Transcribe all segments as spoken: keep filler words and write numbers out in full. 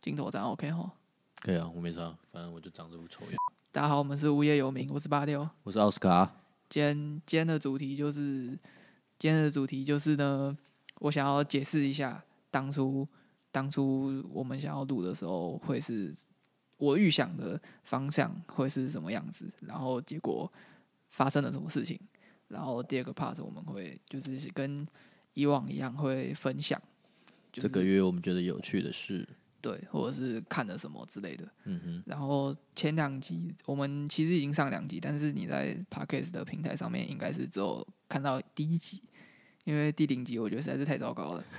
镜头这样 OK 齁？ 可以啊，我没差，反正我就长这副丑样。 大家好，我们是无业游民，我是八六， 我是奥斯卡。 今天今天的主题就是，今天的主题就是呢，我想要解释一下当初当初我们想要录的时候，会是我预想的方向会是什么样子，然后结果发生了什么事情。然后第二个 part 我们会就是跟以往一样会分享，就是、 这个月我们觉得有趣的事， 对，或者是看了什么之类的。 嗯哼。 然后前两集我们其实已经上两集，但是你在 Podcast 的平台上面应该是只有看到第一集，因为第零集我觉得实在是太糟糕了，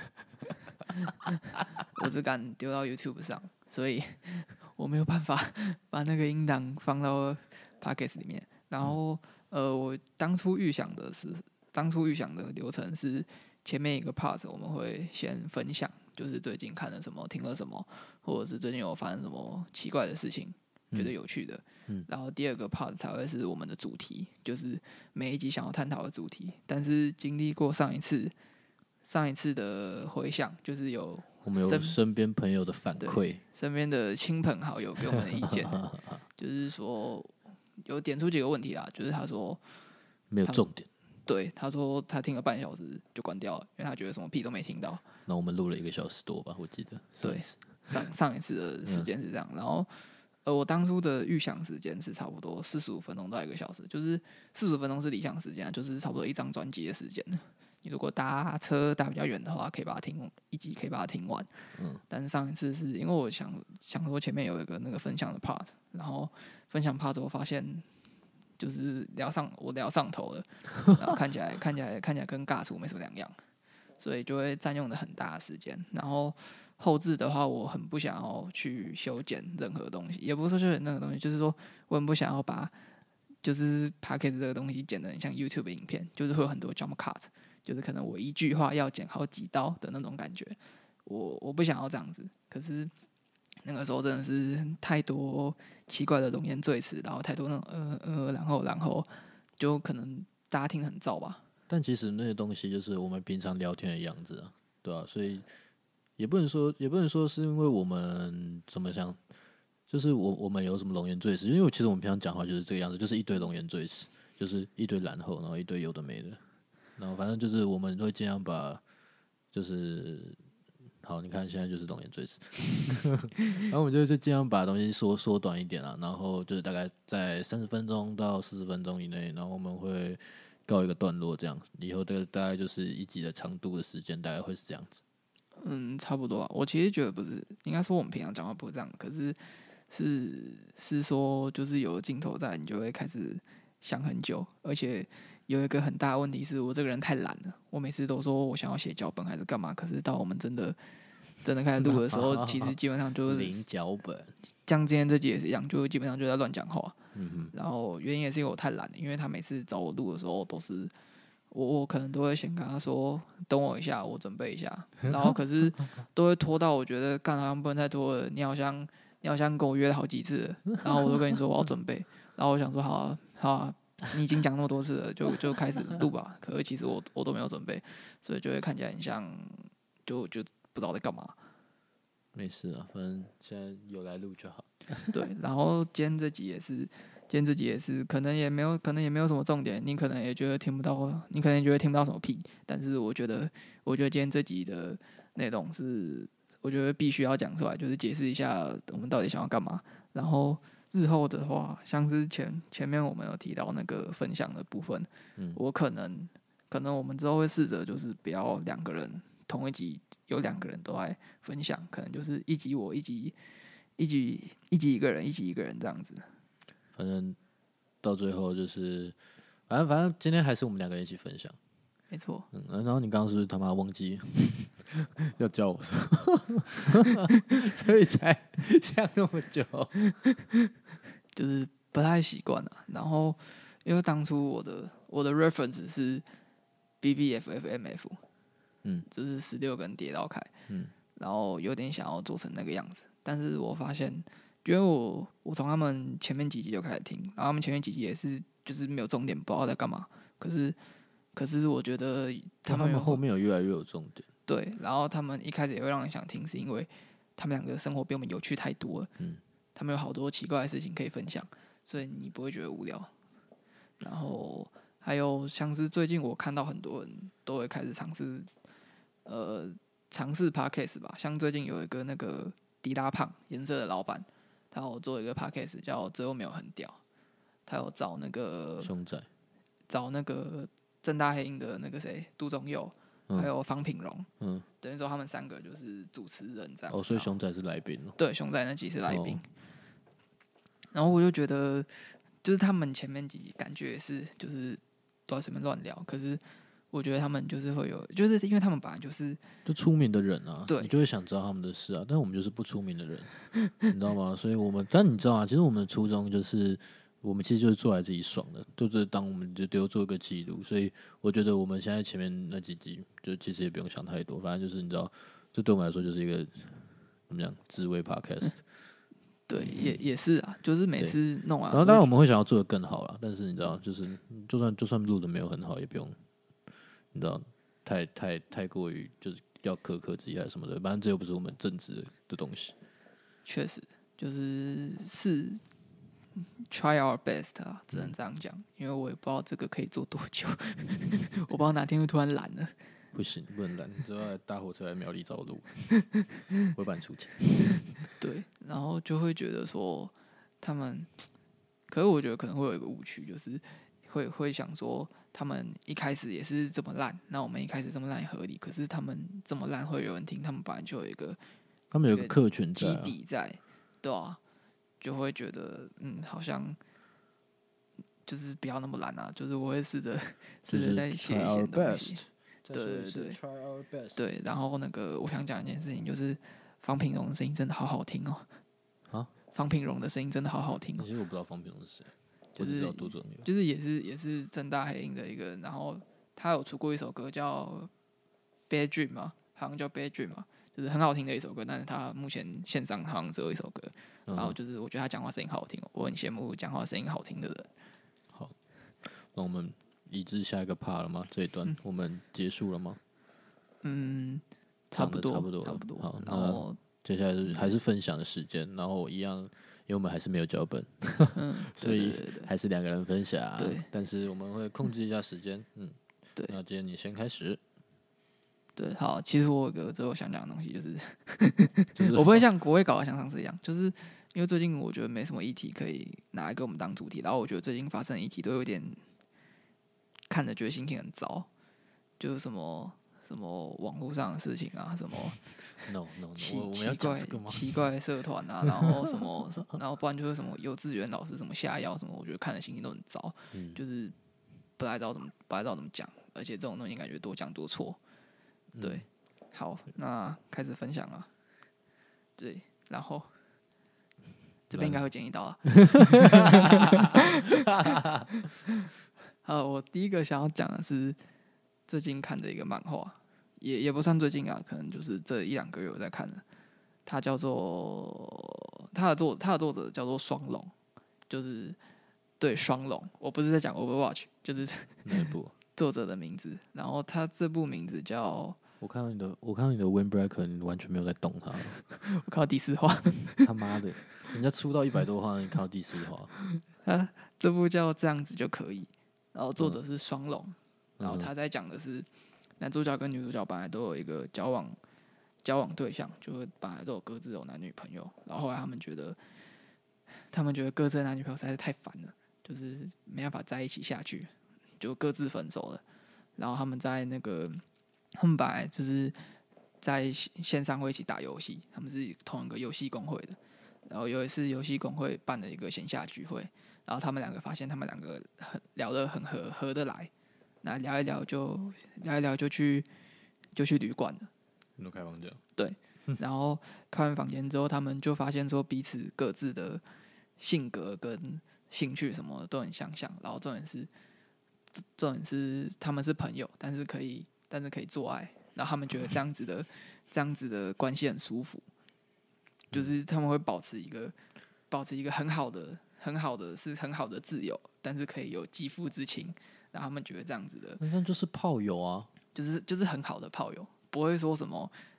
我只敢丢到 YouTube 上，所以我没有办法把那个音档放到 Podcast 里面。然后呃，我当初预想的是，当初预想的流程是前面一个 part 我们会先分享，就是最近看了什么、听了什么，或者是最近有发生什么奇怪的事情，觉得有趣的。 嗯、 然后第二个 part 才会是我们的主题，就是每一集想要探讨的主题。但是经历过上一次、上一次的回响，就是有我们有身边朋友的反馈， 身边的亲朋好友给我们的意见，就是说有点出几个问题啦，就是他说没有重点。 对，他说他听了半小时就关掉了，因为他觉得什么屁都没听到。 那我们录了一个小时多吧，我记得。 对，上上一次的时间是这样，嗯、然后呃，我当初的预想时间是差不多四十五分钟到一个小时，就是四十五分钟是理想时间，就是差不多一张专辑的时间。你如果搭车搭比较远的话，可以把它听一集，可以把它听完。嗯，但是上一次是因为我想想说前面有一个那个分享的 part， 然后分享 part 之后发现。就是聊上我聊上头了，然后看起来看起来看起来跟尬出没什么两样，所以就会占用了很大的时间。然后后置的话，我很不想要去修剪任何东西，也不是说修剪任何东西，就是说我很不想要把就是 Podcast 这个东西剪得很像 YouTube 的影片，就是会有很多 jump cut， 就是可能我一句话要剪好几刀的那种感觉。我我不想要这样子，可是。那个时候真的是太多奇怪的冗言赘词，然后太多那种呃呃，然后然后就可能大家听很燥吧。 但其实那些东西就是我们平常聊天的样子啊，对啊，所以也不能说也不能说是因为我们怎么想，就是我我们有什么冗言赘词，因为其实我们平常讲话就是这个样子，就是一堆冗言赘词，就是一堆然后，然后一堆有的没的，然后反正就是我们会尽量把就是。好，你看现在就是冗言赘词，然后我们就就尽量把东西缩缩短一点啊，然后就是大概在三十分钟到四十分钟以内，然后我们会告一个段落，这样以后这个大概就是一集的长度的时间，大概会是这样子。 嗯，差不多啊。我其实觉得不是，应该说我们平常讲话不是这样，可是是是说就是有镜头在，你就会开始想很久，而且。有一个很大的问题是我这个人太懒了，我每次都说我想要写脚本还是干嘛，可是到我们真的真的开始录的时候，其实基本上就是零脚本。 像今天这集也是一样，就基本上就在乱讲话。 嗯哼。 然后原因也是因为我太懒了，因为他每次找我录的时候都是我我可能都会先跟他说等我一下，我准备一下，然后可是都会拖到我觉得干好像不能再拖了，你好像你好像跟我约了好几次了，然后我都跟你说我要准备，然后我想说好啊好啊。你已经讲那么多次了，就就开始录吧。可是其实我我都没有准备，所以就会看起来很像，就就不知道在干嘛。 没事啊，反正现在有来录就好。 对，然后今天这集也是，今天这集也是，可能也没有，可能也没有什么重点，你可能也觉得听不到，你可能也觉得听不到什么屁。但是我觉得，我觉得今天这集的内容是，我觉得必须要讲出来，就是解释一下我们到底想要干嘛，然后。日后的话，像之前前面我们有提到那个分享的部分，嗯、我可能可能我们之后会试着就是不要两个人同一集有两个人都来分享，可能就是一集我一集一集一集一个人一集一个人这样子。 反正到最后就是，反正反正今天还是我们两个人一起分享。 没错。 嗯，然后你刚刚是不是他妈忘记要叫我说，所以才想那么久， 就是不太习惯啊。然后因为当初我的我的 reference 是 B B F F M F， 嗯，就是十六根跌到开，嗯，然后有点想要做成那个样子，但是我发现，因为我我从他们前面几集就开始听，然后他们前面几集也是就是没有重点，不知道在干嘛，可是。可是我觉得他们后面有越来越有重点， 对，然后他们一开始也会让人想听，是因为他们两个生活比我们有趣太多了， 嗯， 他们有好多奇怪的事情可以分享，所以你不会觉得无聊。然后还有像是最近我看到很多人都会开始尝试，呃，尝试 podcast 吧，像最近有一个那个迪拉胖颜色的老板，他有做一个 podcast 叫这又没有很屌，他有找那个熊仔， 找那个正大黑鹰的那个谁杜忠佑。还有方品荣，嗯，等于说他们三个就是主持人这样。 哦，所以熊仔是来宾哦。 对，熊仔那集是来宾。 哦、 然后我就觉得，就是他们前面几集感觉也是就是都在随便乱聊，可是我觉得他们就是会有，就是因为他们本来就是就出名的人啊， 对， 你就会想知道他们的事啊。但是我们就是不出名的人，你知道吗？所以我们，但你知道啊，其实我们的初衷就是。我们其实就是做来自己爽的，就是当我们就丢做一个记录，所以我觉得我们现在前面那几集就其实也不用想太多，反正就是你知道，这对我们来说就是一个怎么讲自慰 podcast。 对，也也是啊，就是每次弄完， 然后当然我们会想要做得更好啦，但是你知道，就是就算就算录的没有很好，也不用你知道太太太过于就是要苛刻自己还是什么的，反正这又不是我们正职的东西。 确实，就是是。try our best 啊，只能这样讲，因为我也不知道这个可以做多久，我不知道哪天会突然懒了。 不行，不能懒，你知道搭火车来苗栗找路，我会帮你出钱。 对，然后就会觉得说他们，可是我觉得可能会有一个误区，就是会会想说他们一开始也是这么烂，那我们一开始这么烂也合理，可是他们这么烂会有人听，他们本来就有一个， 他们有一个客群在、 啊、基底在，对啊。就会觉得，嗯，好像就是不要那么懒啊，就是我会试着试着再写一些东西，对对对，对。然后那个我想讲一件事情，就是方品荣的声音真的好好听哦。 啊， 方品荣的声音真的好好听哦。 其实我不知道方品荣是谁， 就是知道杜仲佑， 就是也是也是正大黑鹰的一个人，然后他有出过一首歌叫《Bad Dream》嘛，好像叫《Bad Dream》嘛。就是很好听的一首歌，但是他目前线上好像只有一首歌。然后就是我觉得他讲话声音好好听、喔，我很羡慕讲话声音好听的人。 好，那我们移至下一个 part 了吗？这一段我们结束了吗？ 嗯，差不多， 差不多， 差不多。 好， 然后接下来是还是分享的时间，然后一样，因为我们还是没有脚本， 嗯、 所以还是两个人分享。 对， 但是我们会控制一下时间。嗯， 对。 那今天你先开始。 对，好，其实我有个最后想讲的东西，就是，就是我不会像国会搞的像上次一样，就是因为最近我觉得没什么议题可以拿来给我们当主题，然后我觉得最近发生的议题都有点看着觉得心情很糟，就是什么什么网络上的事情啊，什么 no no, no 奇我们要讲这个吗？ 奇怪的社团啊，然后什么，然后不然就是什么幼稚园老师什么下药什么，我觉得看着心情都很糟，嗯、就是不太知道怎么不太知道怎么讲，而且这种东西感觉多讲多错。对，好，那开始分享了。对，然后这边应该会剪一刀啊。好，我第一个想要讲的是最近看的一个漫画，也也不算最近啊，可能就是这一两个月我在看的。它叫做它的作它的作者叫做双龙，就是对双龙，我不是在讲 Overwatch， 就是哪部作者的名字。然后他这部名字叫。 我看到你的，我看到你的 Windbreaker， 你完全没有在动它。 我看到第四话， 他妈的，人家出到一百多话，你看到第四话。 他这部叫这样子就可以，然后作者是双龙、嗯，然后他在讲的是男主角跟女主角本来都有一个交往交往对象，就是本来都有各自有男女朋友，然后后来他们觉得，他们觉得各自的男女朋友实在是太烦了，就是没办法在一起下去，就各自分手了。然后他们在那个。他们本来就是在线上会一起打游戏，他们是同一个游戏公会的。然后有一次游戏公会办了一个线下聚会，然后他们两个发现他们两个很聊得很合合得来，那聊一聊就聊一聊就去就去旅馆了。 都开房间。对， 然后开完房间之后，他们就发现说彼此各自的性格跟兴趣什么都很相像，然后重点是重点是他们是朋友，但是可以。但是可以做爱，然后他们觉得这样子的这样子的关系很舒服，就是他们会保持一个保持一个很好的很好的是很好的自由，但是可以有肌肤之亲，然后他们觉得这样子的， 那就是炮友啊， 就是就是很好的炮友，不会说什么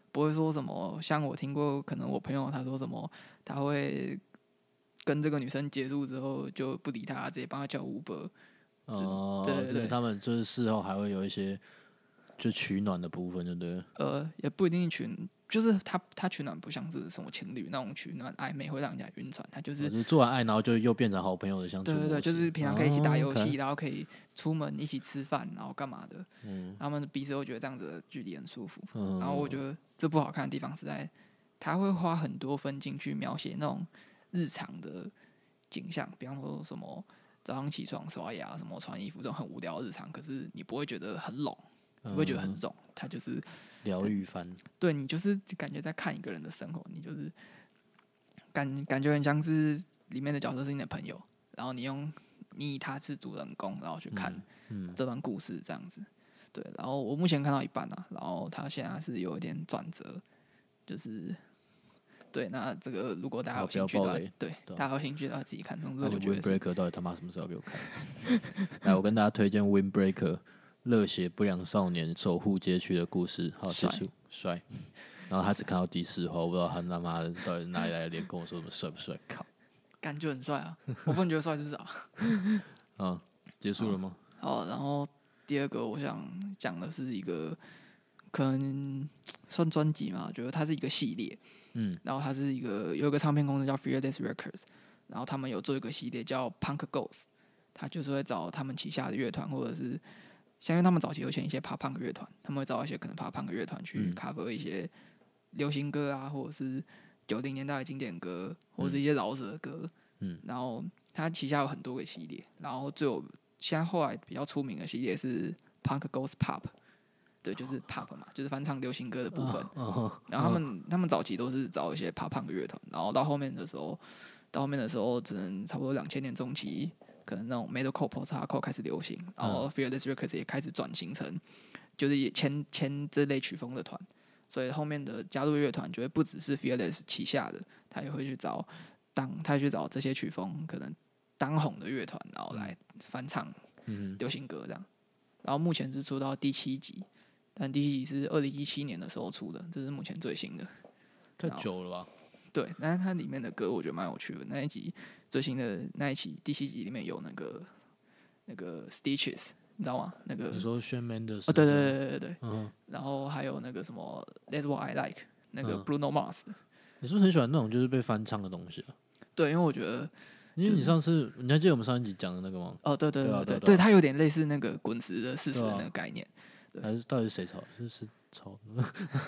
不会说什么，像我听过，可能我朋友他说什么，他会跟这个女生结束之后就不理她，直接帮她叫 Uber。 哦， 对对对， 就是他们就是事后还会有一些就取暖的部分，对不对？ 呃，也不一定取，就是他他取暖不像是什么情侣那种取暖暧昧会让人家晕船，他就是、 哦、就是做完爱，然后就又变成好朋友的相处模式。 对对对，就是平常可以一起打游戏， 哦 okay、 然后可以出门一起吃饭，然后干嘛的。 嗯， 他们彼此都觉得这样子的距离很舒服。 嗯， 然后我觉得这不好看的地方是在他会花很多分镜去描写那种日常的景象，比方说什么早上起床刷牙，什么穿衣服这种很无聊的日常，可是你不会觉得很拢，你不会觉得很重，他就是疗愈番。 对你就是感觉在看一个人的生活，你就是感感觉很像是里面的角色是你的朋友，然后你用你以他是主人公，然后去看这段故事这样子。对，然后我目前看到一半啊，然后他现在是有一点转折，就是对，那这个如果大家有兴趣的话，对，对大家有兴趣的话自己看。总之我觉得 Windbreaker 到底他妈什么时候给我看？来，我跟大家推荐 Windbreaker， 热血不良少年守护街区的故事。好，结束，帅。然后他只看到第四话，我不知道他他妈的到底哪里来的脸跟我说什么帅不帅？靠， 感觉很帅啊！我不能觉得帅是不是啊？ 啊，结束了吗？ 好，然后第二个我想讲的是一个可能算专辑嘛，我觉得它是一个系列，嗯，然后它是一个有一个唱片公司叫 Fearless Records， 然后他们有做一个系列叫 Punk Goes， 他就是会找他们旗下的乐团，或者是像因为他们早期有签一些 Pop Punk 乐团，他们会找一些可能 Pop Punk 乐团去 cover 一些流行歌啊，或者是九零年代的经典歌，或者是一些饶舌的歌，嗯，然后他旗下有很多个系列，然后最有现在后来比较出名的系列是 Punk Goes Pop， 对，就是 Pop 嘛，就是翻唱流行歌的部分。然后他们他们早期都是找一些 Pop Punk 乐团，然后到后面的时候，到后面的时候，只能差不多两千年中期，可能那种 Metalcore、Post-Hardcore 开始流行，然后 Fearless Records 也开始转型成就是也签签这类曲风的团。所以后面的加入乐团就会不只是 Fearless 旗下的，他也会去找当他会去找这些曲风可能当红的乐团，然后来翻唱流行歌这样。然后目前是出到第七集，但第七集是二零一七年的时候出的，这是目前最新的。 太久了吧？ 对，但是它里面的歌我觉得蛮有趣的。那一集最新的那一期第七集里面有那个那个 Stitches。你知道吗？那个你说 Shawn Mendes 哦，对对对对对，嗯，然后还有那个什么 That's What I Like， 那个 Bruno Mars 的。 你是不是很喜欢那种就是被翻唱的东西啊？ 对，因为我觉得， 因为你上次你还记得我们上一集讲的那个吗？ 哦，对对对对，对，它有点类似那个滚石的事实的那个概念。 还是到底是谁抄？是是抄的。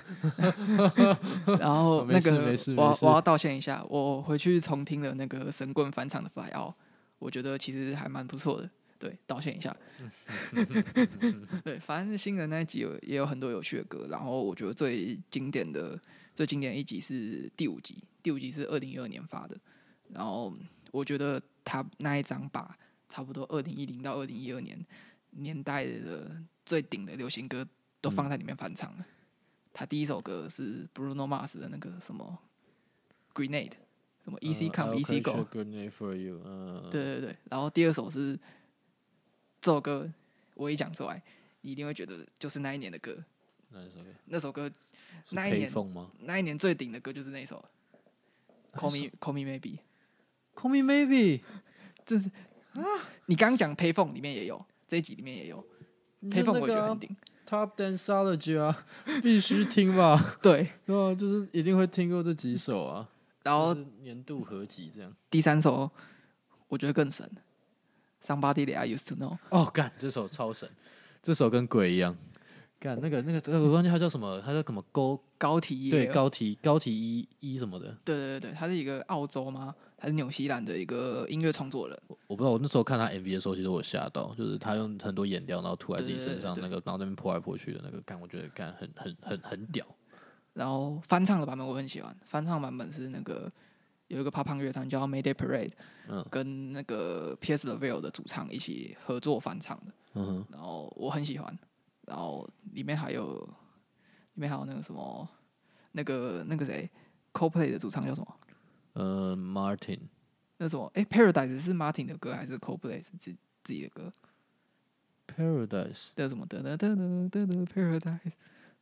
然后那个我我要道歉一下，我回去重听了那个神棍翻唱的 Fly Out， 我觉得其实还蛮不错的。对，道歉一下。对，反正是新的那一集有也有很多有趣的歌，然后我觉得最经典的、最经典的一集是第五集，第五集是二零一二年发的，然后我觉得他那一张把差不多二零一零到二零一二年年代的最顶的流行歌都放在里面翻唱了。他第一首歌是 Bruno Mars 的那个什么 Grenade， 什么 Easy Come、uh, Easy Go， Grenade for you， uh, 对对对，然后第二首是。这首歌我一讲出来，你一定会觉得就是那一年的歌。 哪一首歌？ 那首歌那一年那一年最顶的歌就是那一首《Call Me Call Me Maybe》。 Call Me Maybe， 就是啊，你刚刚讲 Payphone 里面也有，这一集里面也有 Payphone， 我觉得很顶。 Top Dance Solid 啊，必须听吧？ 对， 对啊，就是一定会听过这几首啊。 然后年度合集这样。 第三首我觉得更神。Somebody that I used to know。 哦，干，这首超神，这首跟鬼一样。干那个那个，我忘记它叫什么，它叫什么高高提对高提高提一一什么的。 对对对，他是一个澳洲吗？还是纽西兰的一个音乐创作人？ 我, 我不知道，我那时候看他 M V 的时候，其实我吓到，就是他用很多颜料，然后涂在自己身上，那个然后那边泼来泼去的那个，干我觉得干很很很很屌。 然后翻唱的版本我很喜欢，翻唱版本是那个。有一个 Pop Punk 乐团叫 Mayday Parade，嗯，跟那个 Pierce the Veil 的主唱一起合作翻唱的，嗯，然后我很喜欢，然后里面还有里面还有那个什么那个那个谁 Coldplay 的主唱叫什么？ 呃 ，Martin。 那什么？哎、欸、，Paradise 是 Martin 的歌还是 Coldplay 是自自己的歌 ？Paradise 的什么？的的的的的 Paradise。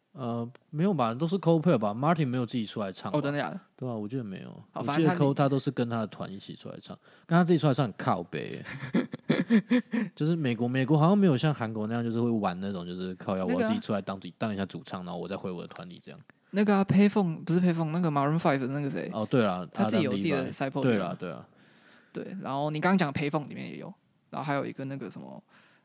呃，没有吧，都是 Coldplay 吧 ，Martin 没有自己出来唱吧。 哦，真的假的？ 对啊，我记得没有。 好， 我记得反正他 Cole 他都是跟他的团一起出来唱，跟他自己出来唱很靠北欸。就是美国，美国好像没有像韩国那样，就是会玩那种，就是靠要那个啊我要自己出来当主当一下主唱，然后我再回我的团里这样。 那个啊，Payphone 不是 Payphone，那个 Maroon Five 的那个谁， 哦，对了， 他自己有 Adam 自己的 Levine Cypher 对了，对啊， 对，然后你刚刚讲 Payphone 里面也有，然后还有一个那个什么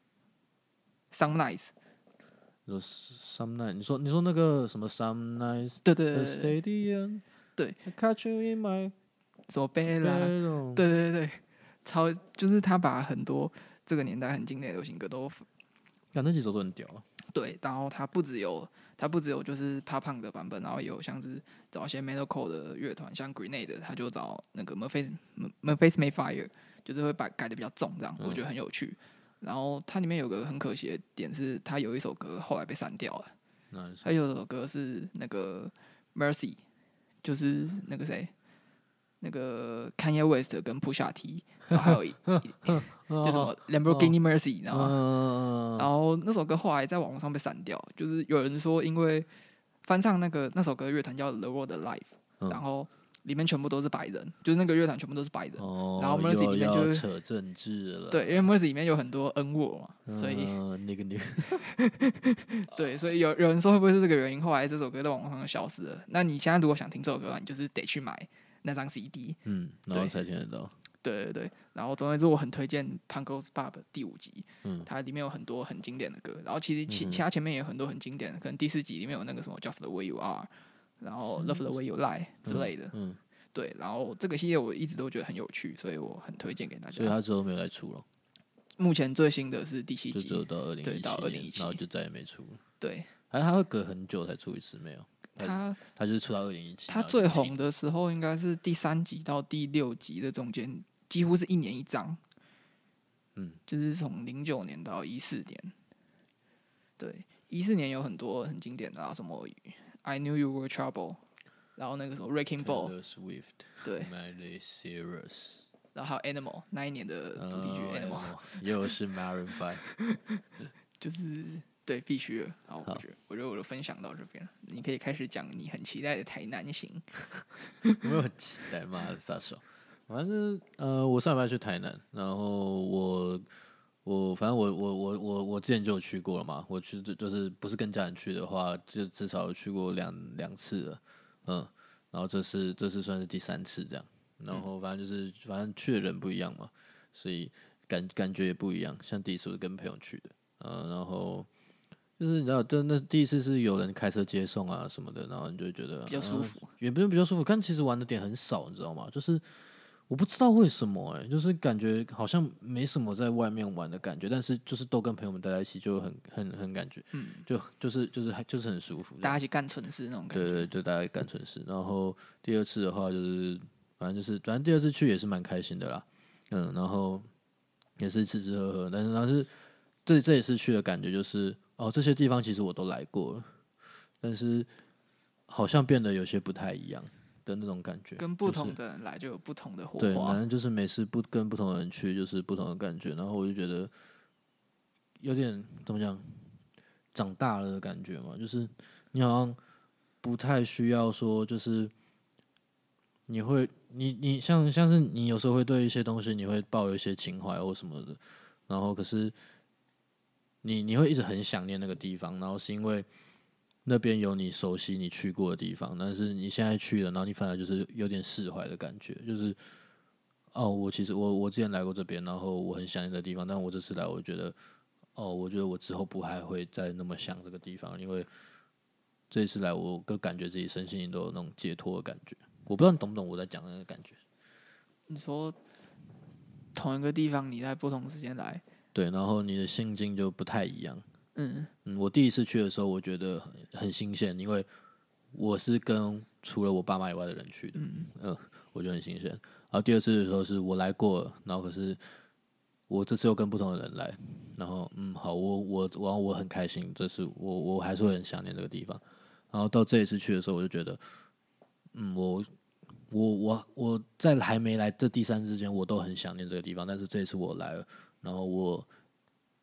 Some Nights， 你说 Some Night，你说你说那个什么 Some Night 对对 the 对对 Stadium， 对 I catch you in my 什么 Bella， bedroom， 对对对对，超就是他把很多这个年代很经典的流行歌都看那几首都很屌啊。 对，然后它不只有它不只有就是 pop punk 的版本，然后也有像是找一些 metalcore 的乐团，像 Grenade，他就找那个 Memphis Memphis Mayfire，就是会把改的比较重，这样、 嗯、 我觉得很有趣。然后它里面有个很可惜的点是，它有一首歌后来被删掉了。它有一首歌是那个 Mercy， 就是那个谁，那个 Kanye West 跟 Pusha T， 然后还有一就什么 Lamborghini Mercy， 你知道吗？然后那首歌后来在网络上被删掉，就是有人说因为翻唱那个那首歌的乐团叫 The Road Life， 然后里面全部都是白人，就是那个乐团全部都是白人。 哦、 然后 Mercy 里面就是扯政治了。 对，因为 Mercy 里面有很多 N word 嘛，所以、 嗯、那个那个对，所以有有人说会不会是这个原因，后来这首歌在网络上就消失了。那你现在如果想听这首歌的话，你就是得去买那张 C D， 嗯，然后才听得到。 对对对，然后总而言之，我很推荐《Punko's Pub》第五集， 嗯， 它里面有很多很经典的歌，然后其实其、 嗯、 其他前面也有很多很经典的，可能第四集里面有那个什么《Just the Way You Are》，然后《Love the Way You Lie》之类的， 嗯，嗯对，然后这个系列我一直都觉得很有趣，所以我很推荐给大家。 所以他之后没有再出了。 目前最新的是第七集， 就只有到二零一七年，然后就再也没出了。 对， 还是他会隔很久才出一次没有？ 他他就是出到二零一七， 他最红的时候应该是第三集到第六集的中间。几乎是一年一张， 嗯， 就是从零九年到一四年，对，一四年有很多很经典的啊，什么 I Knew You Were Trouble， 然后那个什么 Wrecking Ball， Swift， 对 ，Miley Cyrus， 然后还有 Animal 那一年的主题曲、oh, Animal， 又是 Maroon Five， 就是对必须的。好，我觉得我觉得我的分享到这边了，你可以开始讲你很期待的台南行。 我没有很期待，妈的杀手。反正呃，我上礼拜去台南，然后我我反正我我我我我之前就有去过了嘛，我去就是不是跟家人去的话，就至少有去过两两次了，嗯，然后这是这是算是第三次这样，然后反正就是反正去的人不一样嘛，所以感感觉也不一样，像第一次我是跟朋友去的，嗯，然后就是你知道，就那第一次是有人开车接送啊什么的，然后你就会觉得比较舒服， 嗯、也不是比较舒服，但其实玩的点很少，你知道吗？就是我不知道为什么哎、欸，就是感觉好像没什么在外面玩的感觉，但是就是都跟朋友们待在一起，就很很很感觉，嗯，就就是就是还就是很舒服， 大家一起干蠢事那种感觉。 对对，就大家干蠢事。然后第二次的话，就是反正就是反正第二次去也是蛮开心的啦，嗯，然后也是吃吃喝喝，但是但是这这一次去的感觉就是哦，这些地方其实我都来过了，但是好像变得有些不太一样的那种感觉， 跟不同的人来就有不同的火花。 对，反正就是每次不跟不同的人去，就是不同的感觉。然后我就觉得有点怎么讲，长大了的感觉嘛，就是你好像不太需要说，就是你会你你像像是你有时候会对一些东西你会抱有一些情怀或什么的，然后可是你你会一直很想念那个地方，然后是因为那边有你熟悉你去过的地方，但是你现在去了，然后你反而就是有点释怀的感觉，就是哦，我其实我我之前来过这边，然后我很想念这个地方，但我这次来，我觉得哦，我觉得我之后不还会再那么想这个地方，因为这一次来，我更感觉自己身心灵都有那种解脱的感觉。我不知道你懂不懂我在讲的那个感觉。 你说同一个地方，你在不同时间来， 对，然后你的心境就不太一样。 嗯嗯，我第一次去的时候，我觉得很很新鲜，因为我是跟除了我爸妈以外的人去的，嗯、呃，我觉得很新鲜。然后第二次的时候是我来过了，然后可是我这次又跟不同的人来，然后嗯，好，我我我我很开心，这次我我还是会很想念这个地方。然后到这一次去的时候，我就觉得，嗯，我我我我在还没来这第三次之前，我都很想念这个地方，但是这一次我来了，然后我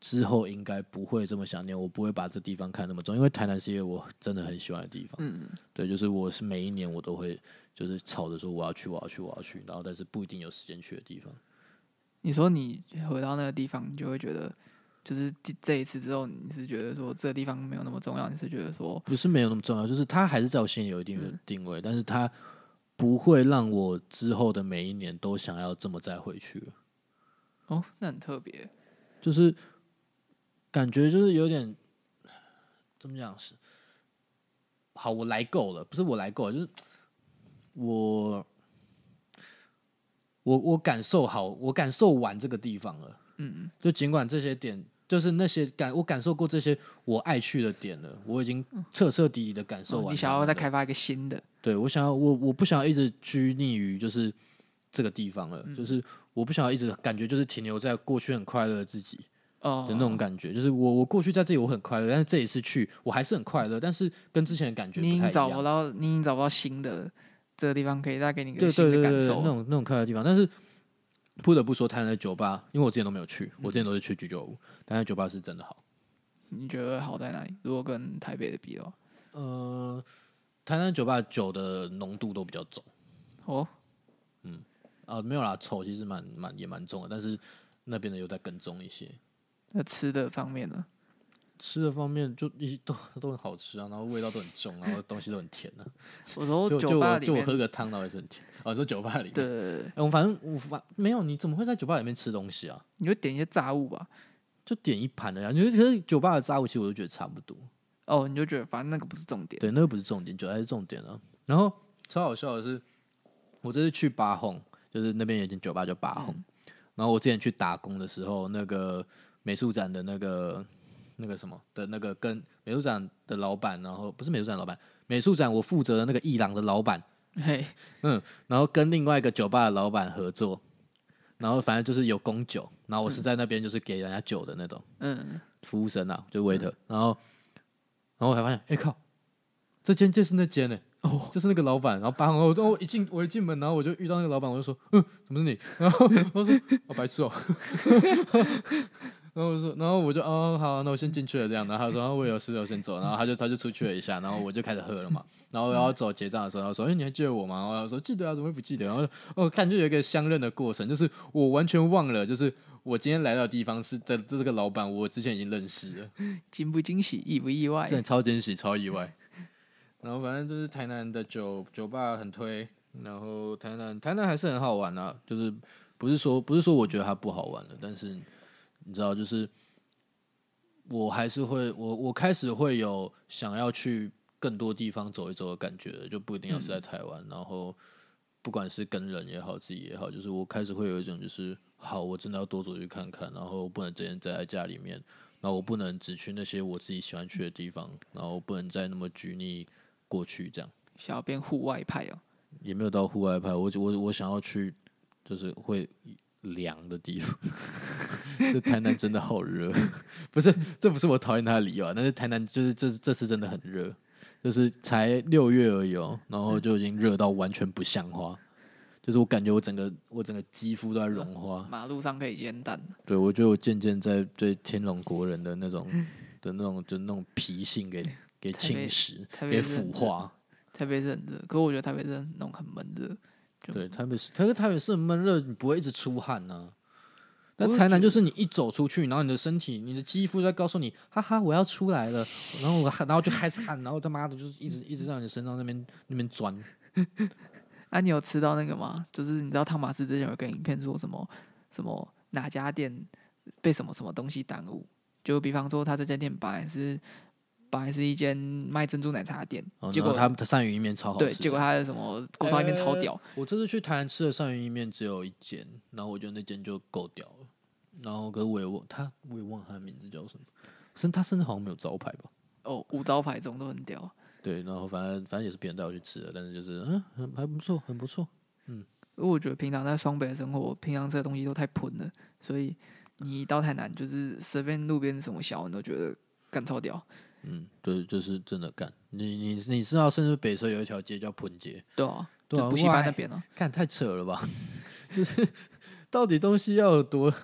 之后应该不会这么想念，我不会把这地方看那么重，因为台南是一个我真的很喜欢的地方。 嗯， 对，就是我是每一年我都会就是吵着说我要去，我要去，我要去，然后但是不一定有时间去的地方。 你说你回到那个地方，你就会觉得，就是这一次之后，你是觉得说这个地方没有那么重要，你是觉得说不是没有那么重要，就是它还是在我心里有一定的定位，嗯、但是它不会让我之后的每一年都想要这么再回去了。 哦，那很特别， 就是感觉就是有点怎么讲是，好，我来够了，不是我来够了，就是我我我感受好，我感受完这个地方了。嗯，就尽管这些点，就是那些感，我感受过这些我爱去的点了，我已经彻彻底底的感受完、哦。 你想要再开发一个新的？ 对，我想要，我我不想要一直拘泥于就是这个地方了，嗯、就是我不想要一直感觉就是停留在过去很快乐的自己的那种感觉，哦、就是我我过去在这里我很快乐，但是这一次去我还是很快乐，但是跟之前的感觉不太一样。 你已经找不到，你已经找不到新的这个地方可以再给你一个新的感受， 对对对对对，那种那种快乐的地方。但是不得不说，台南的酒吧，因为我之前都没有去，我之前都是去居酒屋，台南酒吧是真的好。 你觉得好在哪里？如果跟台北的比的话， 呃，台南酒吧酒的浓度都比较重。 哦， 嗯，啊，没有啦，丑其实蛮蛮也蛮重的，但是那边的又再更重一些。 那吃的方面呢？ 吃的方面就一都都很好吃啊，然后味道都很重，然后东西都很甜啊。 我说就酒吧里面， 就我喝个汤，然后也是很甜。哦，说酒吧里面， 对对对， 我、欸、反正我反没有，你怎么会在酒吧里面吃东西啊？ 你会点一些炸物吧？ 就点一盘的呀。你可是酒吧的炸物，其实我都觉得差不多。 哦，你就觉得反正那个不是重点， 对，那个不是重点，酒才是重点啊。然后超好笑的是，我这次去八honk，就是那边有一间酒吧叫八honk、嗯。然后我之前去打工的时候，那个美术展的那个那个什么的那个跟美术展的老板，然后不是美术展的老板，美术展我负责的那个艺廊的老板， 嘿， 嗯，然后跟另外一个酒吧的老板合作，然后反正就是有供酒，然后我是在那边就是给人家酒的那种，嗯，服务生啊，就 waiter，、嗯、然后然后我才发现，哎、欸、靠，这间就是那间呢、欸。哦，就是那个老板，然后八号，我我一进我一进门，然后我就遇到那个老板，我就说，嗯，怎么是你？然后我说，哦，白痴哦。然后我说，然后我就哦好，那我先进去了这样。然后他说，哦、我有事，我先走。然后他就他就出去了一下，然后我就开始喝了嘛。然后我要走结账的时候，他说，哎、欸，你还记得我吗？然后我说记得啊，怎么会不记得？然后我看就有一个相认的过程，就是我完全忘了，就是我今天来到的地方是这这个老板，我之前已经认识了。 惊不惊喜，意不意外？ 真的超惊喜，超意外。然后反正就是台南的酒酒吧很推，然后台南台南还是很好玩啊，就是不是说不是说我觉得它不好玩了，但是你知道，就是我还是会我我开始会有想要去更多地方走一走的感觉了，就不一定要是在台湾、嗯，然后不管是跟人也好，自己也好，就是我开始会有一种就是好，我真的要多走去看看，然后不能整天宅在家里面，然后我不能只去那些我自己喜欢去的地方，然后不能再那么拘泥过去这样， 想要变户外派哦， 也没有到户外派，我我我想要去，就是会凉的地方。这台南真的好热，不是，这不是我讨厌它的理由啊，但是台南就是这这次真的很热，就是才六月而已哦，然后就已经热到完全不像话，就是我感觉我整个我整个肌肤都在融化， 马路上可以煎蛋。 对，我觉得我渐渐在对天龙国人的那种的那种就那种脾性给。给侵蚀，给腐化。 台北是很热，可是我觉得台北是那种很闷热。 对，台北是，可是台北是很闷热，你不会一直出汗呐、啊。但台南就是你一走出去，然后你的身体、你的肌肤在告诉你，哈哈，我要出来了，然后我，然后就开始汗，然后他妈的，就是一直一直在你身上那边那边钻。 啊，你有吃到那个吗？就是你知道汤马斯之前有个影片说什么什么哪家店被什么什么东西耽误？就比方说他这家店本来是。本来是一间卖珍珠奶茶的店， 哦、 结果他的鳝鱼意面超好吃。 对，结果他的什么锅烧意面超屌、欸。 我这次去台南吃的鳝鱼意面只有一间，然后我觉得那间就够屌了。然后可是我也忘他，我也忘了他的名字叫什么，甚他甚至好像没有招牌吧？ 哦，无招牌中都很屌。 对，然后反正反正也是别人带我去吃的，但是就是嗯，很还不错，很不错。嗯， 因为我觉得平常在双北的生活，平常吃的东西都太喷了，所以你到台南就是随便路边什么小，你都觉得干超屌。 嗯，对，就是真的干。你你你知道，甚至北车有一条街叫喷街， 对啊， 对啊， 补习班那边啊， 看太扯了吧？就是到底东西要有多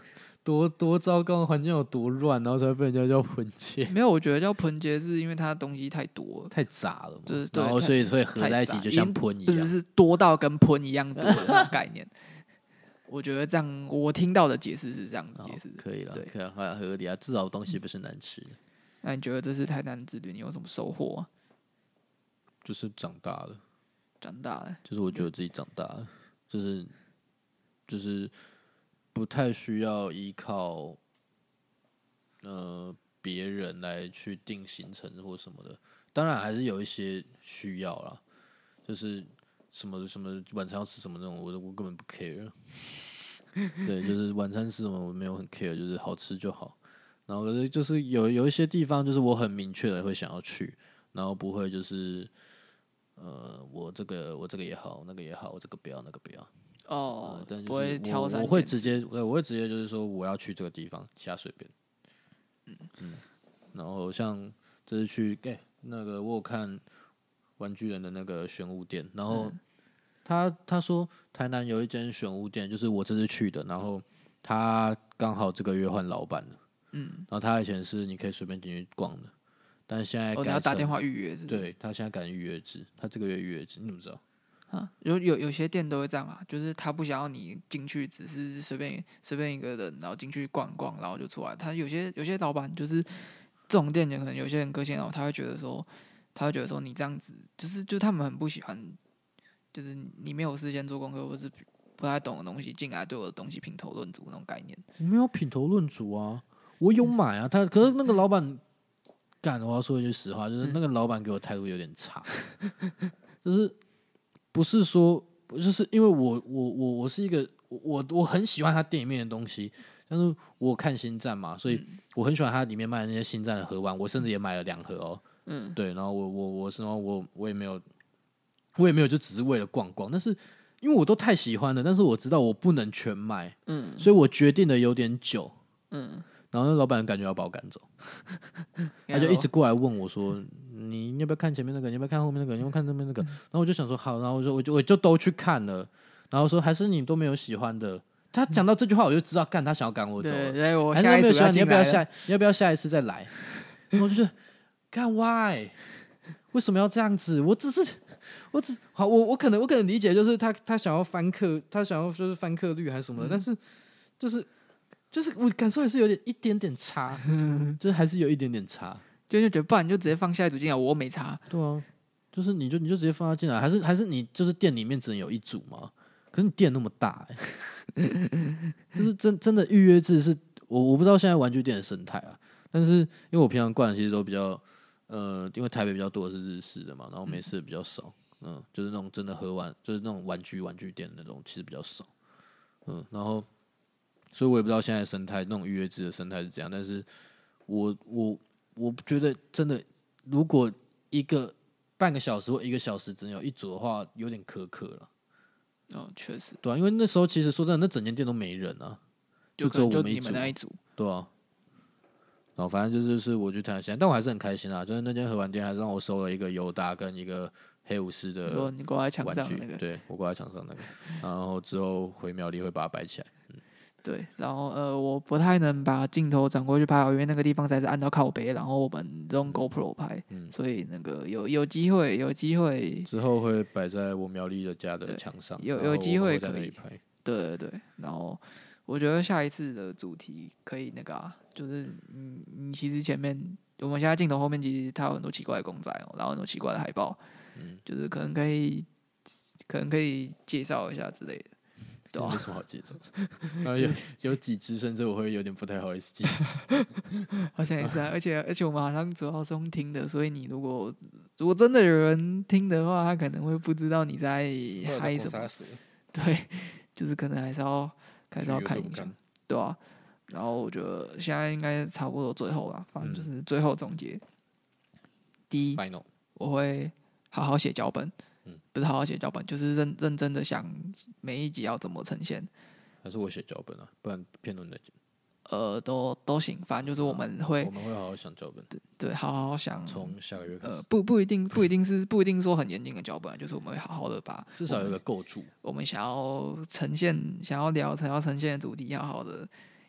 多多糟糕的环境有多乱，然后才会被人家叫喷街？ 没有，我觉得叫喷街是因为它东西太多了， 太杂了嘛， 就是对， 然后所以所以合在一起就像喷一样， 不是是多到跟喷一样多的那种概念。我觉得这样，我听到的解释是这样子解释， 可以了， 对， 可以了，合理啊，至少东西不是难吃的。 那你觉得这次台南之旅你有什么收获啊？ 就是长大了， 长大了， 就是我觉得自己长大了，就是就是不太需要依靠呃别人来去定行程或什么的，当然还是有一些需要啦，就是什么什么晚餐要吃什么那种，我我根本不 care。对，就是晚餐吃什么我没有很 care，就是好吃就好。然后可是就是有有一些地方，就是我很明确的会想要去，然后不会就是呃，我这个我这个也好，那个也好，我这个不要，那个不要。 哦， 呃、但就是不会挑三拣四， 我我会直接，对，我会直接就是说我要去这个地方，其他随便。嗯嗯。然后像这次去，哎、欸，那个我有看玩具人的那个玄武店，然后他他说台南有一间玄武店，就是我这次去的，然后他刚好这个月换老板了。嗯，然后他以前是你可以随便进去逛的，但是现在改成、 哦、你要打电话预约是不是？ 对，他现在改成预约制，他这个月预约制，你怎么知道？ 啊，有有有些店都会这样啊，就是他不想要你进去，只是随便随便一个人，然后进去逛逛，然后就出来。他有些有些老板就是这种店，可能有些人个性，然后他会觉得说，他会觉得说你这样子，就是就是他们很不喜欢，就是你没有事先做功课，或是不太懂的东西进来对我的东西品头论足那种概念。 我没有品头论足啊。我有买啊，他可是那个老板干，我要说一句实话，就是那个老板给我态度有点差，就是不是说，就是因为我我我我是一个我我很喜欢他店里面的东西，但是我看星战嘛，所以我很喜欢他里面卖的那些星战的盒玩，我甚至也买了两盒哦，嗯，对，然后我我我是我我也没有我也没有就只是为了逛逛，但是因为我都太喜欢了，但是我知道我不能全买，嗯，所以我决定的有点久，嗯。然后那老板感觉要把我赶走，他就一直过来问我说：“你要不要看前面那个？你要不要看后面那个？你要不要看那边那个？”然后我就想说好，然后我就我就我就都去看了，然后说还是你都没有喜欢的。他讲到这句话，我就知道干他想要赶我走了。 对，对我下一次你要不要下？你要不要下一次再来？然后我就觉得干 why 为什么要这样子？我只是我只好我我可能我可能理解就是他他想要翻客，他想要就是翻客率还是什么的，嗯、但是就是。就是我感受还是有点一点点差，嗯、就是还是有一点点差， 就就觉得不然你就直接放下一组进来，我没差。 对啊，就是你就你就直接放他进来，还是还是你就是店里面只能有一组嘛？可是你店那么大、欸，就是真真的预约制是，我我不知道现在玩具店的生态啊，但是因为我平常逛的其实都比较呃，因为台北比较多的是日式的嘛，然后美式的比较少，嗯，就是那种真的盒玩，就是那种玩具玩具店的那种其实比较少，嗯，然后。所以我也不知道现在的生态那种预约制的生态是怎样，但是我我我觉得真的，如果一个半个小时或一个小时只能有一组的话，有点苛刻了。 哦，确实， 对啊，因为那时候其实说真的，那整间店都没人啊，就只有我们一组， 那一组， 对啊。然后反正就是是我去谈现在，但我还是很开心啊，就是那间盒玩店还是让我收了一个尤达跟一个黑武士的玩具， 你挂在墙上那个， 对我挂在墙上那个，然后之后回苗栗会把它摆起来。嗯对，然后呃，我不太能把镜头转过去拍，因为那个地方才是按照靠北，然后我们用 GoPro 拍，嗯、所以那个有有机会，有机会之后会摆在我苗栗的家的墙上， 有有机会可以拍。 对对对，然后我觉得下一次的主题可以那个啊，就是你你其实前面我们现在镜头后面其实它有很多奇怪的公仔哦，然后很多奇怪的海报，嗯，就是可能可以可能可以介绍一下之类的。 对啊，没什么好介绍，然后有有几只，甚至我会有点不太好意思介绍。 好像也是啊，而且而且我们好像主要是用听的，所以你如果如果真的有人听的话，他可能会不知道你在嗨什么。对，就是可能还是要还是要看一下，对啊。然后我觉得现在应该差不多最后了，反正就是最后总结。嗯、第一， Final. 我会好好写脚本。不是好好写脚本，就是认认真的想每一集要怎么呈现。 还是我写脚本啊，不然片段再剪。 呃，都都行，反正就是我们会， 我们会好好想脚本。 对，对好好想。 从下个月开始。 呃，不不一定，不一定是不一定说很严谨的脚本，就是我们会好好的把至少有一个构筑。 我们想要呈现、想要聊、想要呈现的主题，好好的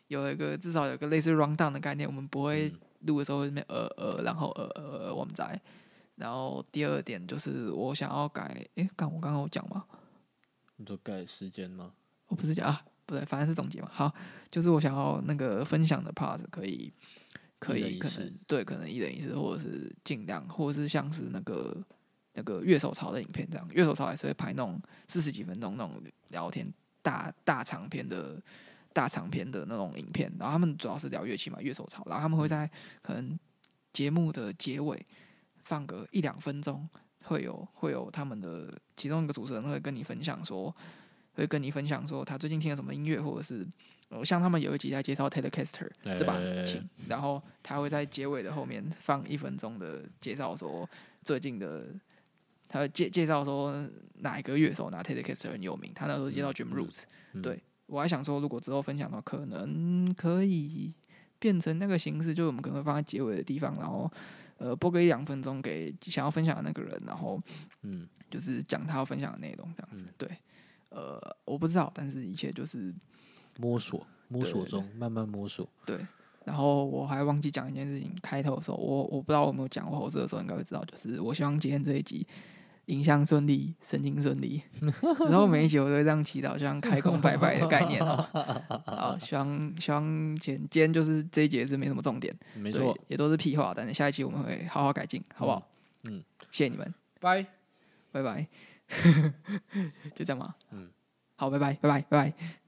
有一个至少有个类似 round down 的概念，我们不会嗯录的时候那边呃呃，然后呃呃呃我们在。然后第二点就是我想要改，诶，刚我刚刚有讲吗？ 你说改时间吗？ 我不是讲啊，不对，反正是总结嘛。好，就是我想要那个分享的 part 可以可以可能对，可能一人一次，或者是尽量，或者是像是那个那个乐手潮的影片这样，乐手潮还是会拍那种四十几分钟那种聊天大大长篇的大长篇的那种影片，然后他们主要是聊乐器嘛，乐手潮，然后他们会在可能节目的结尾放个一两分钟，会有会有他们的其中一个主持人会跟你分享说。会跟你分享说他最近听了什么音乐，或者是、呃、像他们有一集在介绍 Telecaster 这把琴，然后他会在结尾的后面放一分钟的介绍，说最近的他会介介绍说哪一个乐手拿 Telecaster 很有名，他那时候介绍 Jim Roots，、嗯嗯、对我还想说如果之后分享的话，可能可以变成那个形式，就是我们可能会放在结尾的地方，然后呃播个一两分钟给想要分享的那个人，然后嗯就是讲他要分享的内容这样子，嗯、对。呃，我不知道，但是一切就是摸索，摸索中慢慢摸索。 对，然后我还忘记讲一件事情，开头的时候，我我不知道我有没有讲过，后置的时候应该会知道，就是我希望今天这一集影像顺利，神经顺利，之后每一集我都会这样祈祷，像开工拜拜的概念哦。好，希望希望今今天就是这一节是没什么重点， 没错， 也都是屁话，但是下一期我们会好好改进，好不好？嗯，嗯谢谢你们， 拜拜拜。就这样嘛， 嗯， 好，拜拜，拜拜，拜拜。